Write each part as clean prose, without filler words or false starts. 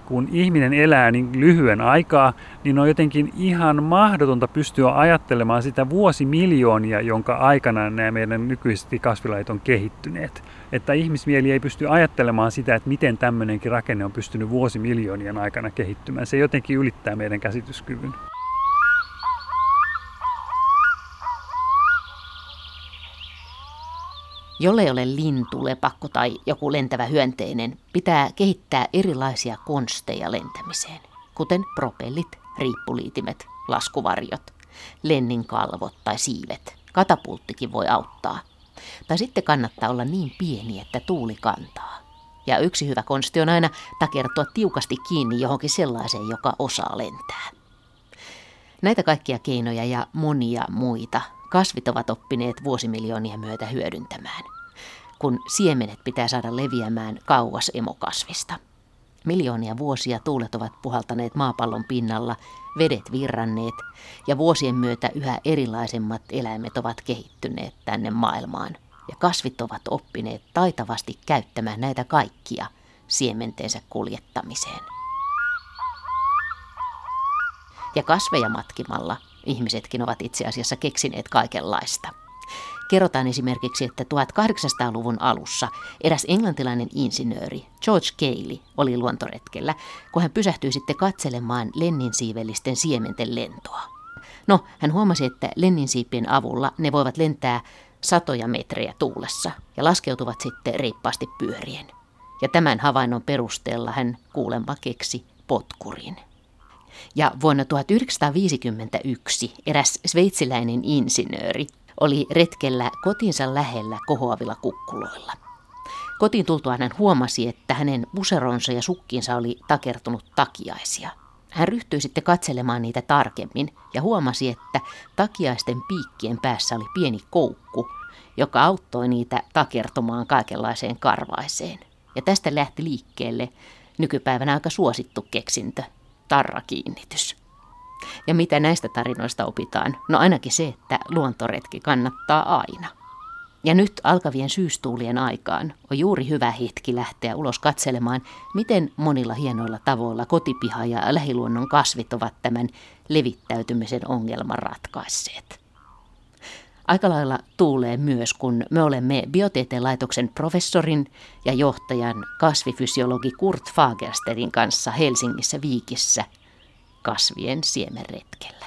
kun ihminen elää niin lyhyen aikaa, niin on jotenkin ihan mahdotonta pystyä ajattelemaan sitä vuosimiljoonia, jonka aikana nämä meidän nykyiset kasvilajit on kehittyneet. Että ihmismieli ei pysty ajattelemaan sitä, että miten tämmöinenkin rakenne on pystynyt vuosimiljoonien aikana kehittymään. Se jotenkin ylittää meidän käsityskyvyn. Jollei ole lintu, lepakko tai joku lentävä hyönteinen, pitää kehittää erilaisia konsteja lentämiseen, kuten propellit, riippuliitimet, laskuvarjot, lenninkalvot tai siivet. Katapulttikin voi auttaa. Tai sitten kannattaa olla niin pieni, että tuuli kantaa. Ja yksi hyvä konsti on aina takertua tiukasti kiinni johonkin sellaiseen, joka osaa lentää. Näitä kaikkia keinoja ja monia muita kasvit ovat oppineet vuosimiljoonia myötä hyödyntämään, kun siemenet pitää saada leviämään kauas emokasvista. Miljoonia vuosia tuulet ovat puhaltaneet maapallon pinnalla, vedet virranneet ja vuosien myötä yhä erilaisemmat eläimet ovat kehittyneet tänne maailmaan. Ja kasvit ovat oppineet taitavasti käyttämään näitä kaikkia siementensä kuljettamiseen. Ja kasveja matkimalla ihmisetkin ovat itse asiassa keksineet kaikenlaista. Kerrotaan esimerkiksi, että 1800-luvun alussa eräs englantilainen insinööri George Cayley oli luontoretkellä, kun hän pysähtyi sitten katselemaan lenninsiivellisten siementen lentoa. No, hän huomasi, että lenninsiipien avulla ne voivat lentää satoja metrejä tuulessa ja laskeutuvat sitten reippaasti pyörien. Ja tämän havainnon perusteella hän kuulemma keksi potkurin. Ja vuonna 1951 eräs sveitsiläinen insinööri oli retkellä kotinsa lähellä kohoavilla kukkuloilla. Kotiin tultuaan hän huomasi, että hänen puseronsa ja sukkinsa oli takertunut takiaisia. Hän ryhtyi sitten katselemaan niitä tarkemmin ja huomasi, että takiaisten piikkien päässä oli pieni koukku, joka auttoi niitä takertumaan kaikenlaiseen karvaiseen. Ja tästä lähti liikkeelle nykypäivänä aika suosittu keksintö, tarrakiinnitys. Ja mitä näistä tarinoista opitaan? No ainakin se, että luontoretki kannattaa aina. Ja nyt alkavien syystuulien aikaan on juuri hyvä hetki lähteä ulos katselemaan, miten monilla hienoilla tavoilla kotipiha ja lähiluonnon kasvit ovat tämän levittäytymisen ongelman ratkaisseet. Aika lailla tuulee myös, kun me olemme Biotieteen laitoksen professorin ja johtajan kasvifysiologi Kurt Fagerstedin kanssa Helsingissä Viikissä kasvien siemenretkellä.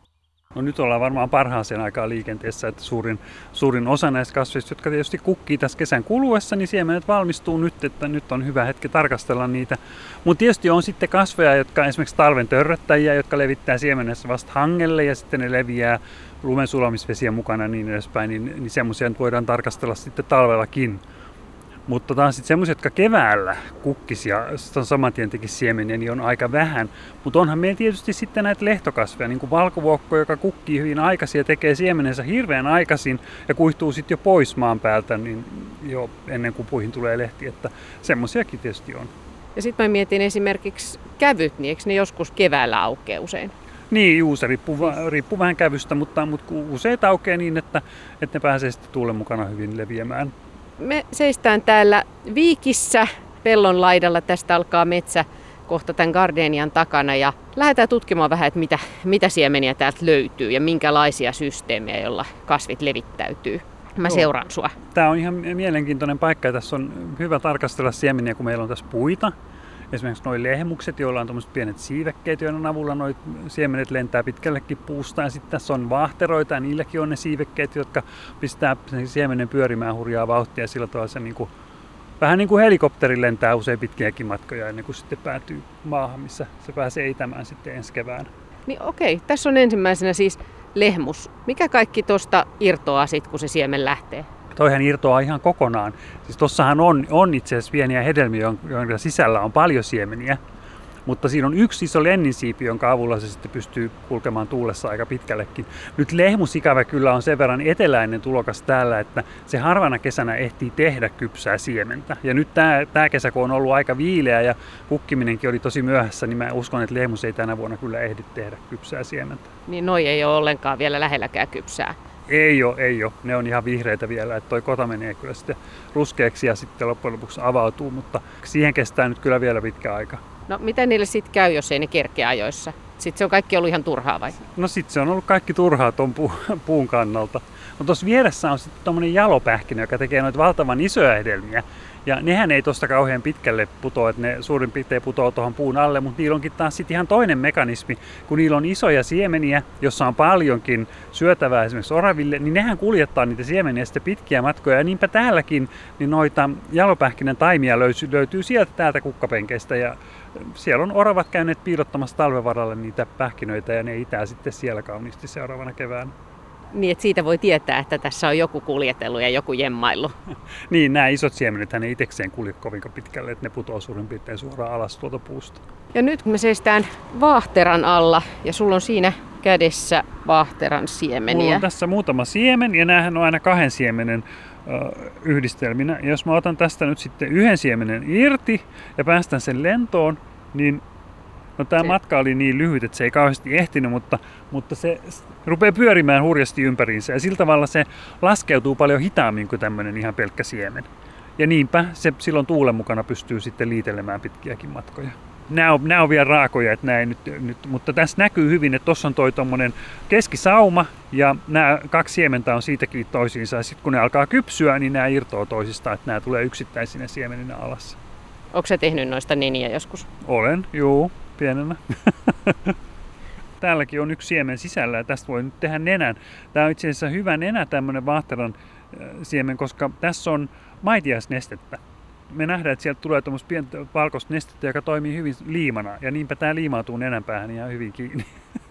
No nyt ollaan varmaan parhaaseen aikaan liikenteessä, että suurin osa näistä kasveista, jotka tietysti kukkii tässä kesän kuluessa, niin siemenet valmistuu nyt, että nyt on hyvä hetki tarkastella niitä. Mutta tietysti on sitten kasveja, jotka esimerkiksi talven törröttäjiä, jotka levittää siemenessä vasta hangelle ja sitten ne leviää lumen sulamisvesiä mukana niin edespäin, niin semmoisia voidaan tarkastella sitten talvellakin. Mutta taas sitten semmoisia, jotka keväällä kukkisi ja saman tien tekisi siemeniä, niin on aika vähän. Mutta onhan meillä tietysti sitten näitä lehtokasveja, niin kuin valkovuokko, joka kukkii hyvin aikaisin ja tekee siemenensä hirveän aikaisin ja kuihtuu sitten jo pois maan päältä niin jo ennen kuin puihin tulee lehti, että semmoisiakin tietysti on. Ja sitten mä mietin esimerkiksi kävyt, niin eikö ne joskus keväällä aukeaa usein? Niin, juu, se riippuu vähän kävystä, mutta usein aukeaa niin, että ne pääsee sitten tuulen mukana hyvin leviämään. Me seistään täällä Viikissä pellon laidalla. Tästä alkaa metsä kohta tämän gardenian takana ja lähdetään tutkimaan vähän, että mitä siemeniä täältä löytyy ja minkälaisia systeemejä, joilla kasvit levittäytyy. Mä seuraan sua. Tämä on ihan mielenkiintoinen paikka ja tässä on hyvä tarkastella siemeniä, kun meillä on tässä puita. Esimerkiksi nuo lehmukset, joilla on tuommoiset pienet siivekkeet, joiden avulla nuo siemenet lentää pitkällekin puusta. Ja sitten tässä on vaahteroita ja niilläkin on ne siivekkeet, jotka pistää siemenen pyörimään hurjaa vauhtia. Sillä tavalla se vähän niin kuin helikopteri lentää usein pitkiäkin matkoja ennen kuin sitten päätyy maahan, missä se pääsee eitämään sitten ensi keväänä. Niin okei, tässä on ensimmäisenä siis lehmus. Mikä kaikki tuosta irtoaa sitten, kun se siemen lähtee? Toihan irtoaa ihan kokonaan. Siis tossahan on itse asiassa pieniä hedelmiä, joiden sisällä on paljon siemeniä. Mutta siinä on yksi iso lenninsiipi, jonka avulla se sitten pystyy kulkemaan tuulessa aika pitkällekin. Nyt lehmus ikävä kyllä on sen verran eteläinen tulokas täällä, että se harvana kesänä ehtii tehdä kypsää siementä. Ja nyt tämä kesä, kun on ollut aika viileä ja kukkiminenkin oli tosi myöhässä, niin mä uskon, että lehmus ei tänä vuonna kyllä ehdi tehdä kypsää siementä. Niin noi ei ole ollenkaan vielä lähelläkään kypsää. Ei ole. Ne on ihan vihreitä vielä, että toi kota menee kyllä sitten ruskeaksi ja sitten loppujen lopuksi avautuu, mutta siihen kestää nyt kyllä vielä pitkä aika. No mitä niille sitten käy, jos ei ne kerkeä ajoissa? Sitten se on kaikki ollut ihan turhaa vai? No sitten se on ollut kaikki turhaa tuon puun kannalta. No tuossa vieressä on sitten tommonen jalopähkinä, joka tekee noita valtavan isoja hedelmiä. Ja nehän ei tuosta kauhean pitkälle putoa, että ne suurin piirtein putoaa tuohon puun alle, mutta niillä onkin taas sitten ihan toinen mekanismi. Kun niillä on isoja siemeniä, jossa on paljonkin syötävää esimerkiksi oraville, niin nehän kuljettaa niitä siemeniä sitten pitkiä matkoja. Ja niinpä täälläkin niin noita jalopähkinän taimia löytyy sieltä täältä kukkapenkeistä. Ja siellä on oravat käyneet piilottamassa talven varalle niitä pähkinöitä ja ne itää sitten siellä kauniisti seuraavana keväänä. Niin, että siitä voi tietää, että tässä on joku kuljetellut ja joku jemmaillut. Niin, nämä isot siemenet hän ei itsekseen kulje kovin pitkälle, että ne putoaa suurin piirtein suoraan alas tuolta puusta. Ja nyt me seistään vaahteran alla ja sulla on siinä kädessä vaahteran siemeniä. Mulla on tässä muutama siemen ja näähän on aina 2 siemenen yhdistelminä. Ja jos mä otan tästä nyt sitten 1 siemenen irti ja päästän sen lentoon, niin no tämä matka oli niin lyhyt, että se ei kauheasti ehtinyt, mutta se rupeaa pyörimään hurjasti ympäriinsä ja sillä tavalla se laskeutuu paljon hitaammin kuin tämmöinen ihan pelkkä siemen. Ja niinpä se silloin tuulen mukana pystyy sitten liitelemään pitkiäkin matkoja. Nämä on vielä raakoja, että mutta tässä näkyy hyvin, että tuossa on toi tommonen keskisauma ja nämä 2 siementä on siitä kiinni toisiinsa ja sitten kun ne alkaa kypsyä, niin nämä irtoaa toisistaan, että nämä tulee yksittäisinä siemeninä alas. Onko sä tehnyt noista neniä joskus? Olen, juu, pienenä. Täälläkin on 1 siemen sisällä ja tästä voi nyt tehdä nenän. Tämä on itse asiassa hyvä nenä tämmöinen vaahteran siemen, koska tässä on maitiaisnestettä. Me nähdään, että sieltä tulee tuommoista pientä valkoista nestettä, joka toimii hyvin liimana ja niinpä tämä liimautuu nenän päähän ihan hyvin kiinni.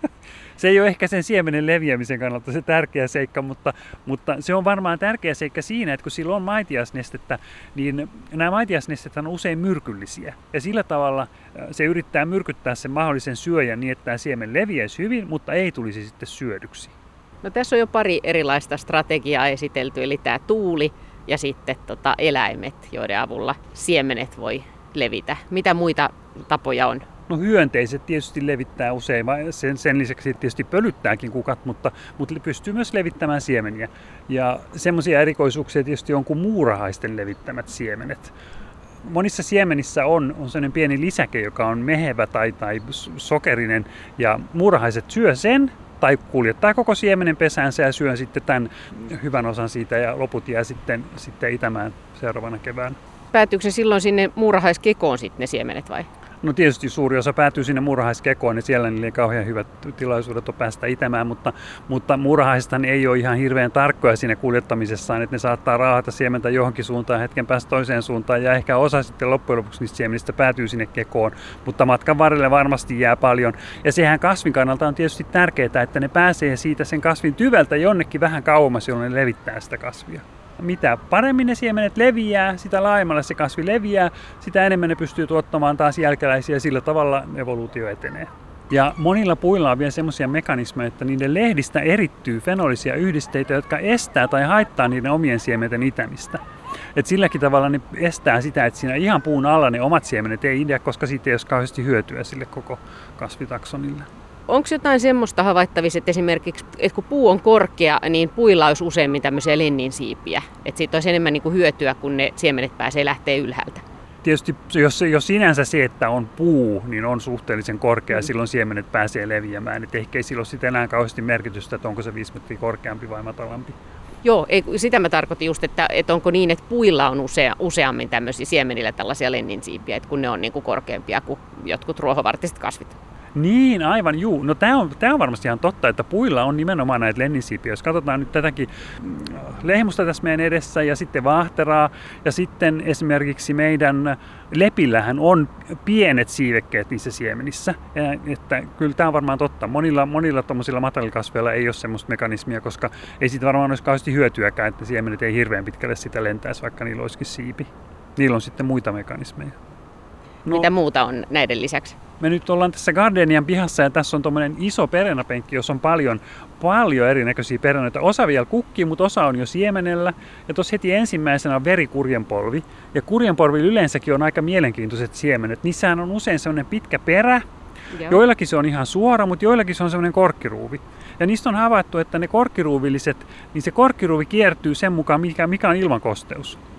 Se ei ole ehkä sen siemenen leviämisen kannalta se tärkeä seikka, mutta se on varmaan tärkeä seikka siinä, että kun sillä on maitiaisnestettä, niin nämä maitiaisnestet on usein myrkyllisiä. Ja sillä tavalla se yrittää myrkyttää sen mahdollisen syöjän niin, että tämä siemen leviäisi hyvin, mutta ei tulisi sitten syödyksi. No tässä on jo pari erilaista strategiaa esitelty, eli tämä tuuli ja sitten eläimet, joiden avulla siemenet voi levitä. Mitä muita tapoja on? No hyönteiset tietysti levittää usein, sen lisäksi tietysti pölyttääkin kukat, mutta pystyy myös levittämään siemeniä. Ja semmoisia erikoisuuksia tietysti on kuin muurahaisten levittämät siemenet. Monissa siemenissä on sellainen pieni lisäke, joka on mehevä tai sokerinen, ja muurahaiset syö sen tai kuljettaa koko siemenen pesäänsä ja syö sitten tämän hyvän osan siitä ja loput jää sitten itämään seuraavana keväänä. Päätyykö se silloin sinne muurahaiskekoon sitten ne siemenet vai? No tietysti suuri osa päätyy sinne muurahaiskekoon, niin siellä niillä ei kauhean hyvät tilaisuudet on päästä itämään, mutta muurahaisethan ei ole ihan hirveän tarkkoja siinä kuljettamisessaan, että ne saattaa raahata siementä johonkin suuntaan hetken päästä toiseen suuntaan ja ehkä osa sitten loppujen lopuksi niistä siemenistä päätyy sinne kekoon, mutta matkan varrelle varmasti jää paljon. Ja sehän kasvin kannalta on tietysti tärkeää, että ne pääsee siitä sen kasvin tyveltä jonnekin vähän kauemmas, jolloin ne levittää sitä kasvia. Mitä paremmin ne siemenet leviää, sitä laajemmalle se kasvi leviää, sitä enemmän ne pystyy tuottamaan taas jälkeläisiä ja sillä tavalla evoluutio etenee. Ja monilla puilla on vielä semmoisia mekanismeja, että niiden lehdistä erittyy fenolisia yhdisteitä, jotka estää tai haittaa niiden omien siementen itämistä. Et silläkin tavalla ne estää sitä, että siinä ihan puun alla ne omat siemenet ei idä, koska siitä ei ole kauheasti hyötyä sille koko kasvitaksonille. Onko jotain semmoista havaittavissa, että esimerkiksi että kun puu on korkea, niin puilla olisi useammin tämmöisiä lenninsiipiä? Että siitä olisi enemmän niin kuin hyötyä, kun ne siemenet pääsee lähteä ylhäältä? Tietysti jos sinänsä se, että on puu, niin on suhteellisen korkea ja silloin siemenet pääsee leviämään. Et ehkä ei silloin sitten enää kauheasti merkitystä, että onko se 5 metriä korkeampi vai matalampi. Joo, sitä mä tarkoitin just, että onko niin, että puilla on useammin tämmöisiä siemenillä tällaisia lenninsiipiä, että kun ne on niin kuin korkeampia kuin jotkut ruohovartiset kasvit. Niin, aivan juu. No tämä on varmasti ihan totta, että puilla on nimenomaan näitä lenninsiipiä. Jos katsotaan nyt tätäkin lehmusta tässä meidän edessä ja sitten vaahteraa ja sitten esimerkiksi meidän lepillähän on pienet siivekkeet niissä siemenissä. Että kyllä tämä on varmaan totta. Monilla tuommoisilla matalikasveilla ei ole semmoista mekanismia, koska ei siitä varmaan olisi kauheasti hyötyäkään, että siemenet ei hirveän pitkälle sitä lentäisi, vaikka niillä olisikin siipi. Niillä on sitten muita mekanismeja. No, mitä muuta on näiden lisäksi? Me nyt ollaan tässä Gardenian pihassa ja tässä on tommonen iso perenapenkki, jossa on paljon erinäköisiä perenöitä. Osa vielä kukkii, mutta osa on jo siemenellä. Ja tuossa heti ensimmäisenä on verikurjenpolvi. Ja kurjenpolvilla yleensäkin on aika mielenkiintoiset siemenet. Niissähän on usein semmoinen pitkä perä. Joo. Joillakin se on ihan suora, mutta joillakin se on semmoinen korkkiruuvi. Ja niistä on havaittu, että ne korkkiruuvilliset, niin se korkkiruuvi kiertyy sen mukaan, mikä on ilmankosteus.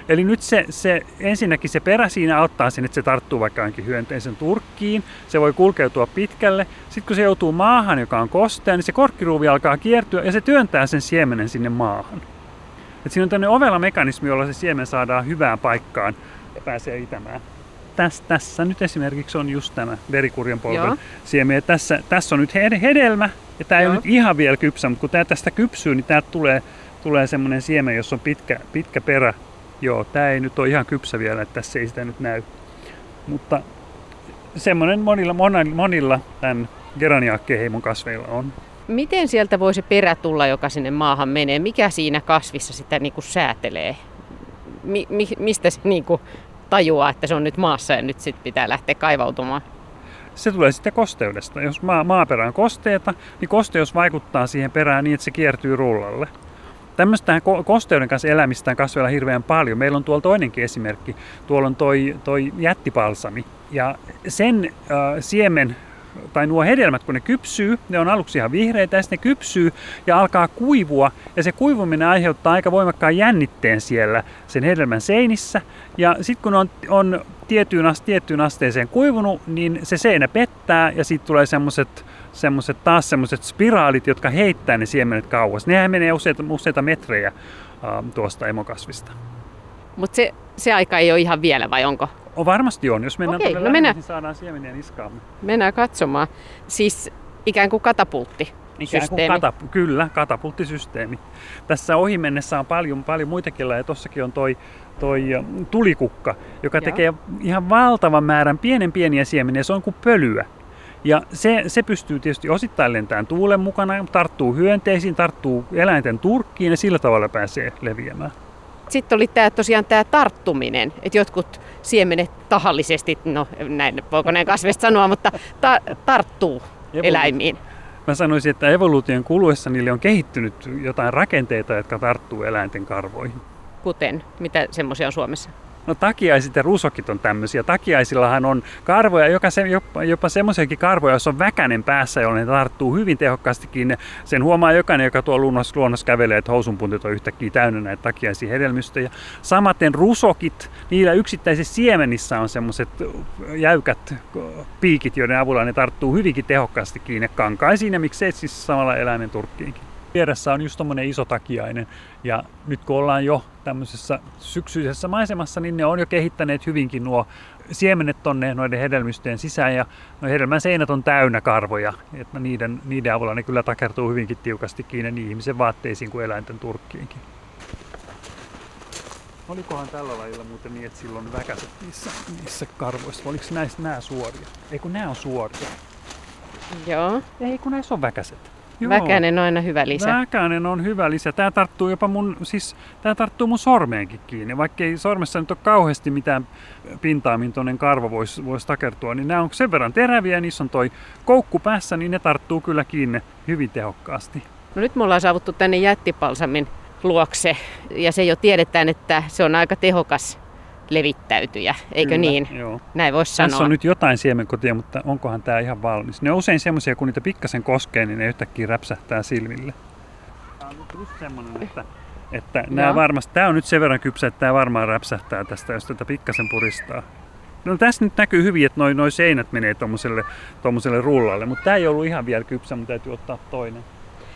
Eli nyt ensinnäkin se perä siinä auttaa sen, että se tarttuu vaikka ainakin hyönteisen turkkiin. Se voi kulkeutua pitkälle. Sitten kun se joutuu maahan, joka on kostea, niin se korkkiruuvi alkaa kiertyä ja se työntää sen siemenen sinne maahan. Et siinä on tämmöinen ovela mekanismi, jolla se siemen saadaan hyvään paikkaan ja pääsee itämään. Tässä nyt esimerkiksi on just tämä verikurjanpolven siemen. Tässä on nyt hedelmä ja tämä ei ole nyt ihan vielä kypsä, mutta kun tämä tästä kypsyy, niin täältä tulee semmoinen siemen, jossa on pitkä perä. Joo, tämä ei nyt ole ihan kypsä vielä, että tässä ei sitä nyt näy. Mutta semmoinen monilla tämän Geraniaceae-heimon kasveilla on. Miten sieltä voi se perä tulla, joka sinne maahan menee? Mikä siinä kasvissa sitä niin kuin säätelee? Mistä se niin kuin tajuaa, että se on nyt maassa ja nyt sit pitää lähteä kaivautumaan? Se tulee sitten kosteudesta. Jos maaperä on kosteeta, niin kosteus vaikuttaa siihen perään niin, että se kiertyy rullalle. Tämmöistä kosteuden kanssa elämistä on kasveilla hirveän paljon. Meillä on tuolla toinenkin esimerkki. Tuolla on toi jättipalsami. Ja sen siemen tai nuo hedelmät, kun ne kypsyy, ne on aluksi ihan vihreitä, ja sitten ne kypsyy ja alkaa kuivua. Ja se kuivuminen aiheuttaa aika voimakkaan jännitteen siellä sen hedelmän seinissä. Ja sitten kun on tiettyyn asteeseen kuivunut, niin se seinä pettää ja siitä tulee semmoiset spiraalit, jotka heittää ne siemenet kauas. Nehän menee useita metrejä tuosta emokasvista. Mutta se aika ei ole ihan vielä, vai onko? Varmasti on. Jos mennään tuonne lähelle, niin saadaan siemeniä niskaamme. Mennään katsomaan. Siis ikään kuin katapultti. Kyllä, katapulttisysteemi. Tässä ohi mennessä on paljon muitakin lajeja. Tuossakin on toi tulikukka, joka tekee ihan valtavan määrän pieniä siemeniä. Se on kuin pölyä. Ja se pystyy tietysti osittain lentämään tuulen mukana, tarttuu hyönteisiin, tarttuu eläinten turkkiin ja sillä tavalla pääsee leviämään. Sitten oli tosiaan tämä tarttuminen, että jotkut siemenet tahallisesti, no näin, voiko näin kasveista sanoa, mutta tarttuu eläimiin. Mä sanoisin, että evoluution kuluessa niille on kehittynyt jotain rakenteita, jotka tarttuu eläinten karvoihin. Kuten? Mitä semmoisia on Suomessa? No takiaiset ja rusokit on tämmöisiä. Takiaisillahan on karvoja, jopa semmoisiakin karvoja, jos on väkänen päässä, jolla ne tarttuu hyvin tehokkaasti kiinni. Sen huomaa jokainen, joka tuo luonnossa kävelee, että housunpuntit on yhtäkkiä täynnä näitä takiaisia hedelmistöjä. Samaten rusokit, niillä yksittäisissä siemenissä on semmoiset jäykät piikit, joiden avulla ne tarttuu hyvinkin tehokkaasti kiinni kankaisiin ja miksei siis samalla eläimen turkkiinkin. Vieressä on just tommonen iso takiainen ja nyt kun ollaan jo tämmöisessä syksyisessä maisemassa, niin ne on jo kehittäneet hyvinkin nuo siemenet tonne noiden hedelmistöjen sisään ja nuo hedelmän seinät on täynnä karvoja, että niiden avulla ne kyllä takertuu hyvinkin tiukasti kiinni niin ihmisen vaatteisiin kuin eläinten turkkiinkin. Olikohan tällä lajilla muuten niin, että silloin on väkäset niissä karvoissa? Oliko nää suoria? Ei kun nää on suoria. Joo. Ei kun näissä on väkäset. Joo. Väkänen on aina hyvä lisä. Väkänen on hyvä lisä. Tää tarttuu jopa mun sormeenkin kiinni. Vaikka ei sormessa nyt ole kauheasti mitään pintaa, mihin tuonnen karva voisi takertua, niin nämä on sen verran teräviä ja niissä on toi koukku päässä, niin ne tarttuu kyllä kiinni hyvin tehokkaasti. No nyt me ollaan saavuttu tänne jättipalsamin luokse ja se jo tiedetään, että se on aika tehokas levittäytyjä, eikö kyllä, niin? Joo. Näin voisi sanoa. Tässä on nyt jotain siemenkotia, mutta onkohan tämä ihan valmis? Ne on usein semmoisia, kun niitä pikkasen koskee, niin ne yhtäkkiä räpsähtää silmille. Tämä on nyt just semmoinen, että nämä varmasti, tämä on nyt sen verran kypsä, että tämä varmaan räpsähtää tästä, jos tätä pikkasen puristaa. No tässä nyt näkyy hyvin, että noi seinät menee tommoselle rullalle, mutta tämä ei ollut ihan vielä kypsä, mutta täytyy ottaa toinen.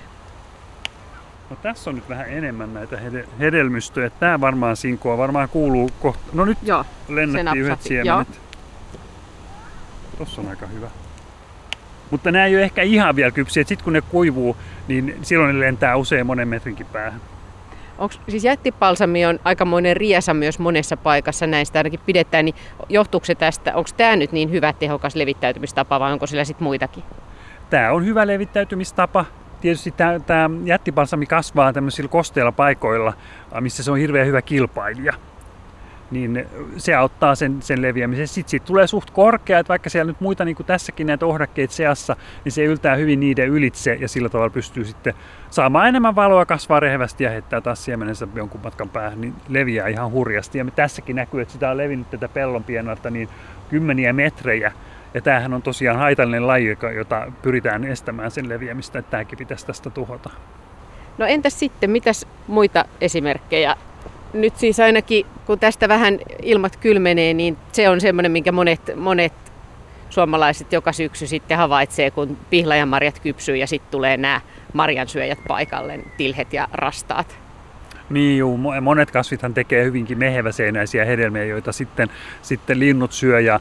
No tässä on nyt vähän enemmän näitä hedelmystöjä. Tämä varmaan sinkoa, varmaan kuuluu kohta. No nyt lennättiin yhdet siemenet. Tossa on aika hyvä. Mutta nämä ei ole ehkä ihan vielä kypsiä. Sitten kun ne kuivuu, niin silloin ne lentää usein monen metrinkin päähän. Siis jättipalsami on aikamoinen riesa myös monessa paikassa, näin sitä ainakin pidetään. Niin johtuuko se tästä, onko tämä nyt niin hyvä tehokas levittäytymistapa vai onko sillä sitten muitakin? Tämä on hyvä levittäytymistapa. Tietysti tämä jättipalsami kasvaa tämmöisillä kosteilla paikoilla, missä se on hirveän hyvä kilpailija. Niin se auttaa sen leviämisen. Sitten siitä tulee suht korkea, että vaikka siellä nyt muita niin kuin tässäkin näitä ohdakkeita seassa, niin se yltää hyvin niiden ylitse ja sillä tavalla pystyy sitten saamaan enemmän valoa, kasvaa rehevästi ja heittää taas siemenensä jonkun matkan päähän, niin leviää ihan hurjasti. Ja tässäkin näkyy, että sitä on levinnyt tätä pellonpiennarta niin kymmeniä metrejä. Ja tämähän on tosiaan haitallinen laji, jota pyritään estämään sen leviämistä, että tämäkin pitäisi tästä tuhota. No entäs sitten, mitäs muita esimerkkejä? Nyt siis ainakin kun tästä vähän ilmat kylmenee, niin se on semmoinen, minkä monet suomalaiset joka syksy sitten havaitsee, kun pihlajanmarjat kypsyy ja sitten tulee nämä marjansyöjät paikalle, tilhet ja rastaat. Niin juu, monet kasvithan tekee hyvinkin meheväseinäisiä hedelmiä, joita sitten linnut syö ja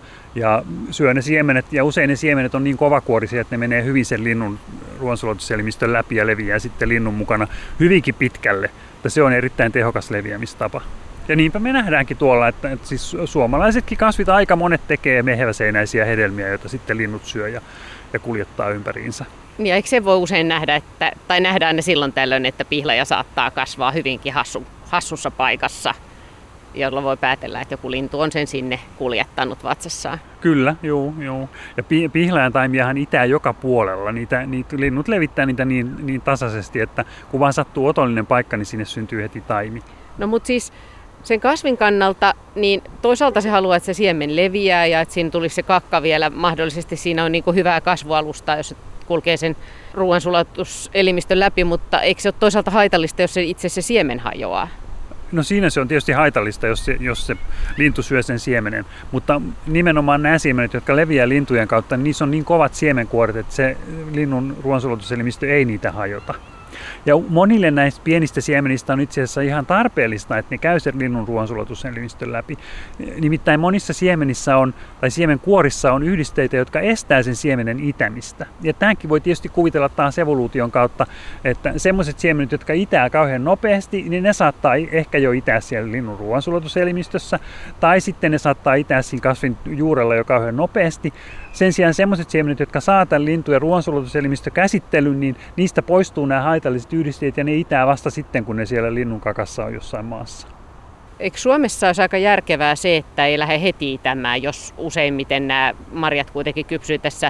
syö ne siemenet. Ja usein ne siemenet on niin kovakuorisia, että ne menee hyvin sen linnun ruoansulaituselimistön läpi ja leviää sitten linnun mukana hyvinkin pitkälle. Että se on erittäin tehokas leviämistapa. Ja niinpä me nähdäänkin tuolla, että siis suomalaisetkin kasvit aika monet tekee meheväseinäisiä hedelmiä, joita sitten linnut syö ja kuljettaa ympäriinsä. Ja eikö se voi usein nähdä, tai nähdään ne silloin tällöin, että pihlaja saattaa kasvaa hyvinkin hassussa paikassa, jolloin voi päätellä, että joku lintu on sen sinne kuljettanut vatsassaan. Kyllä, joo. Ja pihlajan taimiahan itää joka puolella. Niitä linnut levittää niitä niin tasaisesti, että kun vaan sattuu otollinen paikka, niin sinne syntyy heti taimi. No mutta siis sen kasvin kannalta, niin toisaalta se haluaa, että se siemen leviää ja että siinä tulisi se kakka vielä. Mahdollisesti siinä on niin kuin hyvää kasvualustaa, jos se kulkee sen ruoansulatuselimistön läpi, mutta eikö se ole toisaalta haitallista, jos se itse se siemen hajoaa? No siinä se on tietysti haitallista, jos se lintu syö sen siemenen, mutta nimenomaan nämä siemenet, jotka leviää lintujen kautta, niin niissä on niin kovat siemenkuoret, että se linnun ruoansulatuselimistö ei niitä hajota. Ja monille näistä pienistä siemenistä on itse asiassa ihan tarpeellista, että ne käy sen linnun ruoansulatuselimistön läpi. Nimittäin monissa siemenissä tai siemenkuorissa on yhdisteitä, jotka estää sen siemenen itämistä. Ja tämänkin voi tietysti kuvitella taas evoluution kautta, että semmoiset siemenet, jotka itää kauhean nopeasti, niin ne saattaa ehkä jo itää siellä linnun ruoansulatuselimmistössä, tai sitten ne saattaa itää siinä kasvin juurella jo kauhean nopeasti. Sen sijaan semmoiset siemenet, jotka saa tämän lintujen ruoansulatuselimistön niin niistä poistuu nämä haitalliset yhdisteet ja ne itää vasta sitten, kun ne siellä linnun kakassa on jossain maassa. Eikö Suomessa olisi aika järkevää se, että ei lähde heti itämään, jos useimmiten nämä marjat kuitenkin kypsyy tässä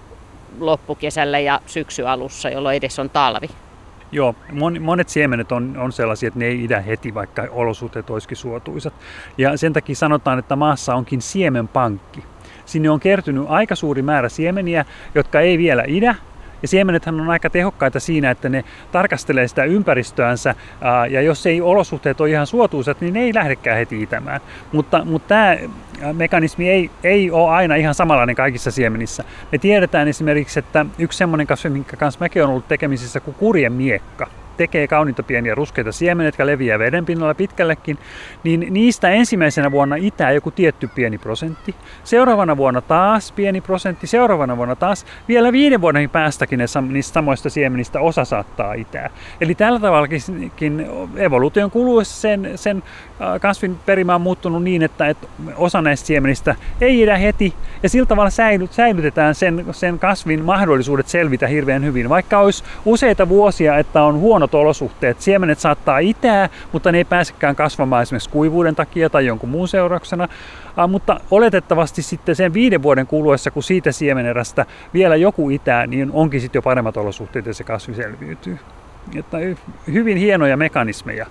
loppukesällä ja syksyalussa, jolloin edes on talvi? Joo, monet siemenet on sellaisia, että ne ei idä heti, vaikka olosuhteet olisikin suotuisat. Ja sen takia sanotaan, että maassa onkin siemenpankki. Sinne on kertynyt aika suuri määrä siemeniä, jotka ei vielä idä. Ja siemenethän on aika tehokkaita siinä, että ne tarkastelee sitä ympäristöänsä, ja jos ei olosuhteet ole ihan suotuisat, niin ne ei lähdekään heti itämään. Mutta tämä mekanismi ei ole aina ihan samanlainen kaikissa siemenissä. Me tiedetään esimerkiksi, että yksi semmoinen kasvi, minkä kanssa mäkin olen ollut tekemisissä, kuin kurjemiekka, tekee kauniita pieniä ruskeita siemeniä, jotka leviää veden pinnalla pitkällekin, niin niistä ensimmäisenä vuonna itää joku tietty pieni prosentti. Seuraavana vuonna taas pieni prosentti, seuraavana vuonna taas vielä 5 vuoden päästäkin niistä samoista siemenistä osa saattaa itää. Eli tällä tavallakin evoluution kuluessa sen kasvin perimä on muuttunut niin, että osa näistä siemenistä ei idä heti, ja sillä tavalla säilytetään sen kasvin mahdollisuudet selvitä hirveän hyvin. Vaikka olisi useita vuosia, että on huonot olosuhteet, siemenet saattaa itää, mutta ne ei pääsekään kasvamaan esimerkiksi kuivuuden takia tai jonkun muun seurauksena. Mutta oletettavasti sitten sen 5 vuoden kuluessa, kun siitä siemenerästä vielä joku itää, niin onkin sitten jo paremmat olosuhteet ja se kasvi selviytyy. Että hyvin hienoja mekanismeja.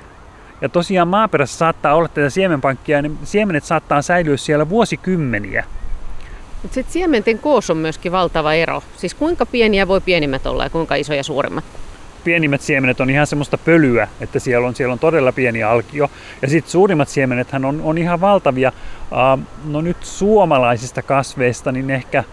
Ja tosiaan maaperässä saattaa olla tätä siemenpankkia ja ne siemenet saattaa säilyä siellä vuosikymmeniä. Mutta sitten siementen koossa on myöskin valtava ero. Siis kuinka pieniä voi pienimmät olla ja kuinka isoja suurimmat? Pienimmät siemenet on ihan semmoista pölyä, että siellä on todella pieni alkio. Ja sitten suurimmat siemenethän on ihan valtavia. No nyt suomalaisista kasveista, niin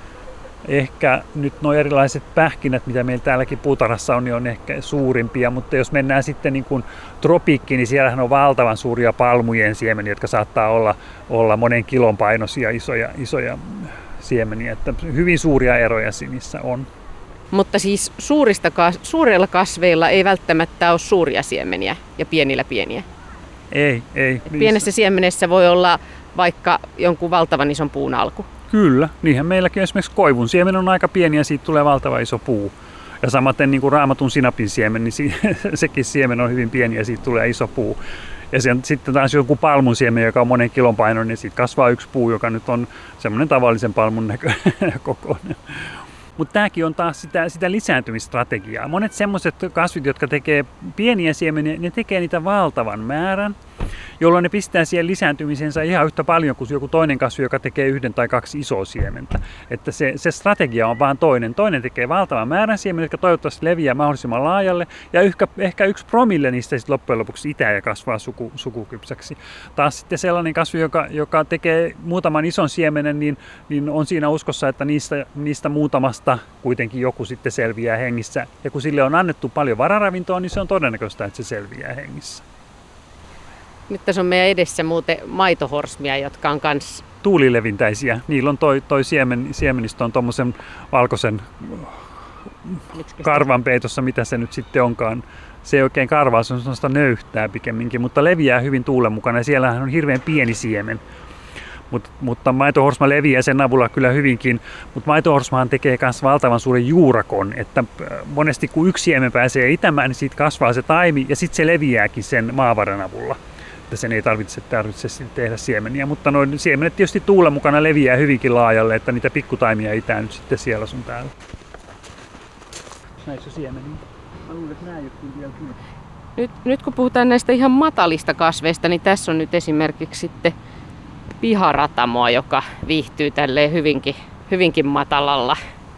ehkä nyt nuo erilaiset pähkinät, mitä meillä täälläkin puutarhassa on, niin on ehkä suurimpia. Mutta jos mennään sitten niin kuin tropiikkiin, niin siellähän on valtavan suuria palmujen siemeniä, jotka saattaa olla monen kilon painoisia isoja siemeniä. Että hyvin suuria eroja niissä on. Mutta siis suurilla kasveilla ei välttämättä ole suuria siemeniä ja pienillä pieniä. Ei. Pienessä siemenessä voi olla vaikka jonkun valtavan ison puun alku. Kyllä, niinhän meilläkin esimerkiksi koivun siemen on aika pieni ja siitä tulee valtava iso puu. Ja samaten niin kuin raamatun sinapin siemen, niin sekin siemen on hyvin pieni ja siitä tulee iso puu. Ja sitten taas joku palmun siemen, joka on monen kilon painoinen, niin siitä kasvaa yksi puu, joka nyt on semmoinen tavallisen palmun kokoinen. Mutta tämäkin on taas sitä lisääntymistrategiaa. Monet semmoiset kasvit, jotka tekee pieniä siemeniä, ne tekee niitä valtavan määrän. jolloin ne pistää siihen lisääntymisensä ihan yhtä paljon kuin joku toinen kasvi, joka tekee 1 tai 2 isoa siementä. Että se strategia on vaan toinen. Toinen tekee valtavan määrän siemeniä, jotka toivottavasti leviää mahdollisimman laajalle, ja ehkä 1 promille niistä sitten loppujen lopuksi itää ja kasvaa sukukypsäksi. Taas sitten sellainen kasvi, joka tekee muutaman ison siemenen, niin on siinä uskossa, että niistä muutamasta kuitenkin joku sitten selviää hengissä. Ja kun sille on annettu paljon vararavintoa, niin se on todennäköistä, että se selviää hengissä. Nyt tässä on meidän edessä muuten maitohorsmia, jotka on kans tuulilevintäisiä. Niillä on toi siemenistö on tommosen valkoisen karvan peitossa, mitä se nyt sitten onkaan. Se ei oikein karvaa, se on sellaista nöyhtää pikemminkin, mutta leviää hyvin tuulen mukana ja siellähän on hirveän pieni siemen. Mutta maitohorsma leviää sen avulla kyllä hyvinkin, mutta maitohorsmahan tekee myös valtavan suuren juurakon, että monesti kun 1 siemen pääsee itämään, niin siitä kasvaa se taimi ja sitten se leviääkin sen maavaran avulla. Että sen ei tarvitse tehdä siemeniä, mutta noin siemenet tietysti tuulen mukana leviää hyvinkin laajalle, että niitä pikkutaimia itää nyt sitten siellä sun täällä. Näissä siemeniä. Mä luulen, että nää ei ole vielä kyllä. Nyt kun puhutaan näistä ihan matalista kasveista, niin tässä on nyt esimerkiksi sitten piharatamoa, joka viihtyy tälleen hyvinkin matalalla.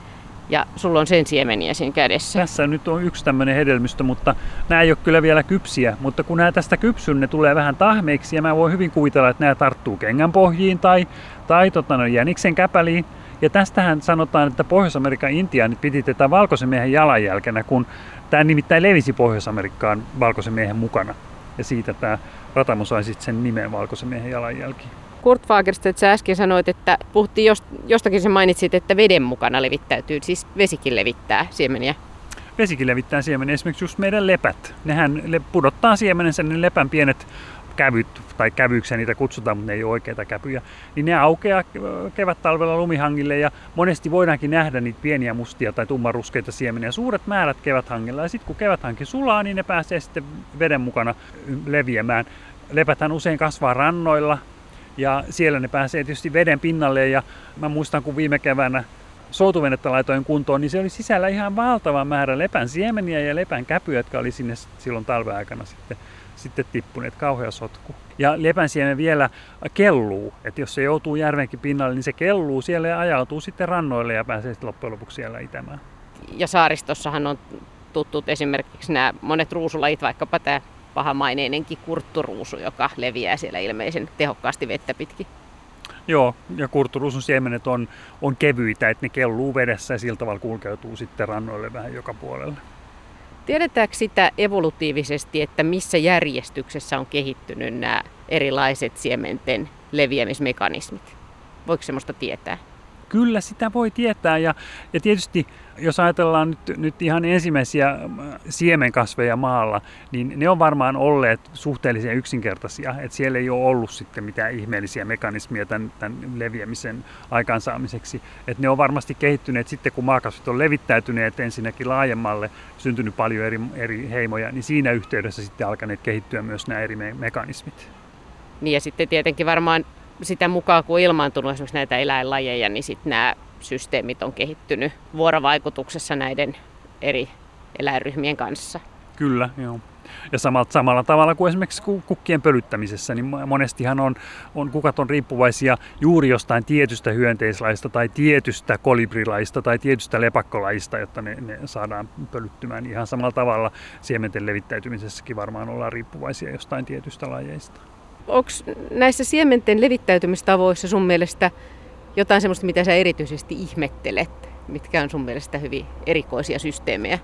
Ja sulla on sen siemeniä siinä kädessä. Tässä nyt on 1 tämmöinen hedelmistö, mutta nämä ei ole kyllä vielä kypsiä. Mutta kun nämä tästä kypsyy, ne tulee vähän tahmeiksi ja mä voin hyvin kuvitella, että nämä tarttuu kengänpohjiin tai jäniksen käpäliin. Ja tästähän sanotaan, että Pohjois-Amerikan intiaanit piti tätä valkoisen miehen jalanjälkenä, kun tämä nimittäin levisi Pohjois-Amerikkaan valkoisen miehen mukana. Ja siitä tämä ratamo sai sitten sen nimen valkoisen miehen jalanjälki. Kurt Fagerstedt, sä äsken sanoit, että puhuttiin jostakin sä mainitsit, että veden mukana levittäytyy, siis vesikin levittää siemeniä. Vesikin levittää siemeniä, esimerkiksi just meidän lepät. Nehän pudottaa siemenensä, ne lepän pienet kävyt, tai kävyksiä niitä kutsutaan, mutta ne ei ole oikeita käpyjä, niin ne aukeaa kevät-talvella lumihangille ja monesti voidaankin nähdä niitä pieniä mustia tai tummanruskeita siemeniä, suuret määrät keväthangilla ja sitten kun keväthanki sulaa, niin ne pääsee sitten veden mukana leviämään. Lepäthän usein kasvaa rannoilla ja siellä ne pääsee tietysti veden pinnalle ja mä muistan kun viime keväänä soutuvenettä laitoin kuntoon, niin se oli sisällä ihan valtava määrä lepän siemeniä ja lepän käpyjä, jotka oli sinne silloin talven aikana sitten tippuneet, kauhea sotku. Ja lepänsiemen vielä kelluu, että jos se joutuu järvenkin pinnalle, niin se kelluu siellä ja ajautuu sitten rannoille ja pääsee sitten loppujen lopuksi siellä itämään. Ja saaristossahan on tuttuut esimerkiksi nämä monet ruusulajit, vaikkapa tämä pahamaineinenkin kurtturuusu, joka leviää siellä ilmeisen tehokkaasti vettä pitkin. Joo, ja kurtturuusun siemenet on kevyitä, että ne kelluu vedessä ja sillä tavalla kulkeutuu sitten rannoille vähän joka puolelle. Tiedetäänkö sitä evolutiivisesti, että missä järjestyksessä on kehittynyt nämä erilaiset siementen leviämismekanismit? Voiko semmoista tietää? Kyllä sitä voi tietää ja tietysti jos ajatellaan nyt ihan ensimmäisiä siemenkasveja maalla, niin ne on varmaan olleet suhteellisen yksinkertaisia. Että siellä ei ole ollut sitten mitään ihmeellisiä mekanismia tämän leviämisen aikaansaamiseksi. Että ne on varmasti kehittyneet sitten, kun maakasvit on levittäytyneet ensinnäkin laajemmalle, syntynyt paljon eri heimoja, niin siinä yhteydessä sitten alkaneet kehittyä myös nämä eri mekanismit. Niin ja sitten tietenkin varmaan sitä mukaan, kun on ilmaantunut esimerkiksi näitä eläinlajeja, niin sitten nämä systeemit on kehittynyt vuorovaikutuksessa näiden eri eläinryhmien kanssa. Kyllä, joo. Ja samalla tavalla kuin esimerkiksi kukkien pölyttämisessä, niin monestihan kukat on riippuvaisia juuri jostain tietystä hyönteislajista tai tietystä kolibrilajista tai tietystä lepakkolajista, jotta ne saadaan pölyttymään. Ihan samalla tavalla siementen levittäytymisessäkin varmaan ollaan riippuvaisia jostain tietystä lajeista. Onko näissä siementen levittäytymistavoissa sun mielestä jotain sellaista, mitä sä erityisesti ihmettelet? Mitkä on sun mielestä hyvin erikoisia systeemejä?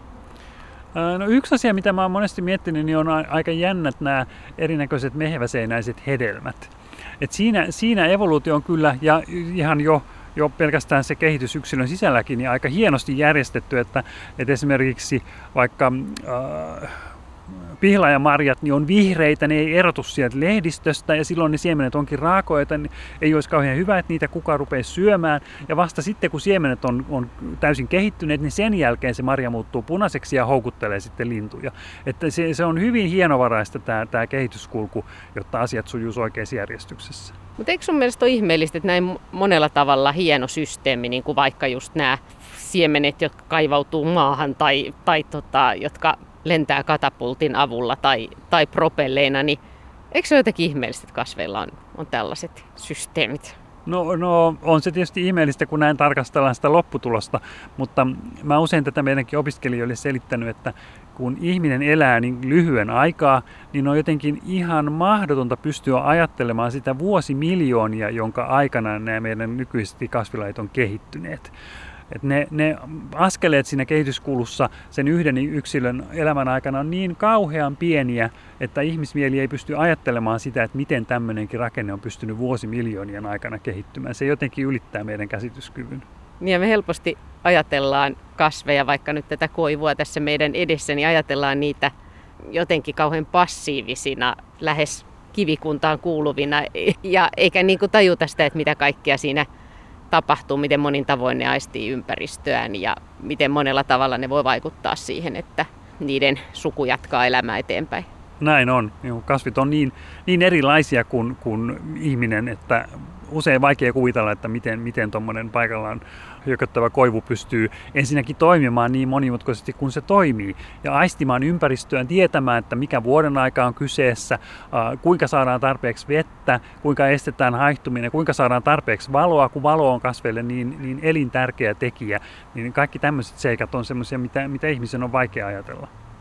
No yksi asia, mitä mä oon monesti miettinyt, niin on aika jännät nämä erinäköiset meheväseinäiset hedelmät. Et siinä evoluutio on kyllä, ja ihan jo pelkästään se kehitys yksilön sisälläkin, niin aika hienosti järjestetty, että esimerkiksi vaikka pihlaajamarjat niin on vihreitä, ne ei erotu sieltä lehdistöstä ja silloin ne siemenet onkin raakoita, niin ei olisi kauhean hyvä, että niitä kukaan rupeaa syömään. Ja vasta sitten, kun siemenet on täysin kehittyneet, niin sen jälkeen se marja muuttuu punaiseksi ja houkuttelee sitten lintuja. Että se on hyvin hienovaraista tämä kehityskulku, jotta asiat sujuisi oikeassa järjestyksessä. Mutta eikö sun mielestä ole ihmeellistä, että näin monella tavalla hieno systeemi, niin kuin vaikka just nämä siemenet, jotka kaivautuu maahan tai jotka lentää katapultin avulla tai propelleina, niin Eikö se ole jotenkin ihmeellistä, että kasveilla on tällaiset systeemit? No, on se tietysti ihmeellistä, kun näin tarkastellaan sitä lopputulosta, mutta mä usein tätä meidänkin opiskelijoille selittänyt, että kun ihminen elää niin lyhyen aikaa, niin on jotenkin ihan mahdotonta pystyä ajattelemaan sitä vuosimiljoonia, jonka aikana nämä meidän nykyiset kasvilajit on kehittyneet. Et ne askeleet siinä kehityskulussa sen yhden yksilön elämän aikana on niin kauhean pieniä, että ihmismieli ei pysty ajattelemaan sitä, että miten tämmöinenkin rakenne on pystynyt vuosimiljoonien aikana kehittymään. Se jotenkin ylittää meidän käsityskyvyn. Niin ja me helposti ajatellaan kasveja, vaikka nyt tätä koivua tässä meidän edessä, niin ajatellaan niitä jotenkin kauhean passiivisina, lähes kivikuntaan kuuluvina, ja eikä niin kuin tajuta sitä, että mitä kaikkea siinä tapahtuu, miten monin tavoin ne aistii ympäristöään ja miten monella tavalla ne voi vaikuttaa siihen, että niiden suku jatkaa elämää eteenpäin. Näin on. Kasvit on niin erilaisia kuin ihminen, että usein vaikea kuvitella, että miten tuommoinen paikallaan hyököttävä koivu pystyy ensinnäkin toimimaan niin monimutkaisesti kuin se toimii ja aistimaan ympäristöön, tietämään, että mikä vuoden aika on kyseessä, kuinka saadaan tarpeeksi vettä, kuinka estetään haihtuminen, kuinka saadaan tarpeeksi valoa, kun valo on kasveille niin elintärkeä tekijä. Niin kaikki tämmöiset seikat on semmoisia, mitä ihmisen on vaikea ajatella.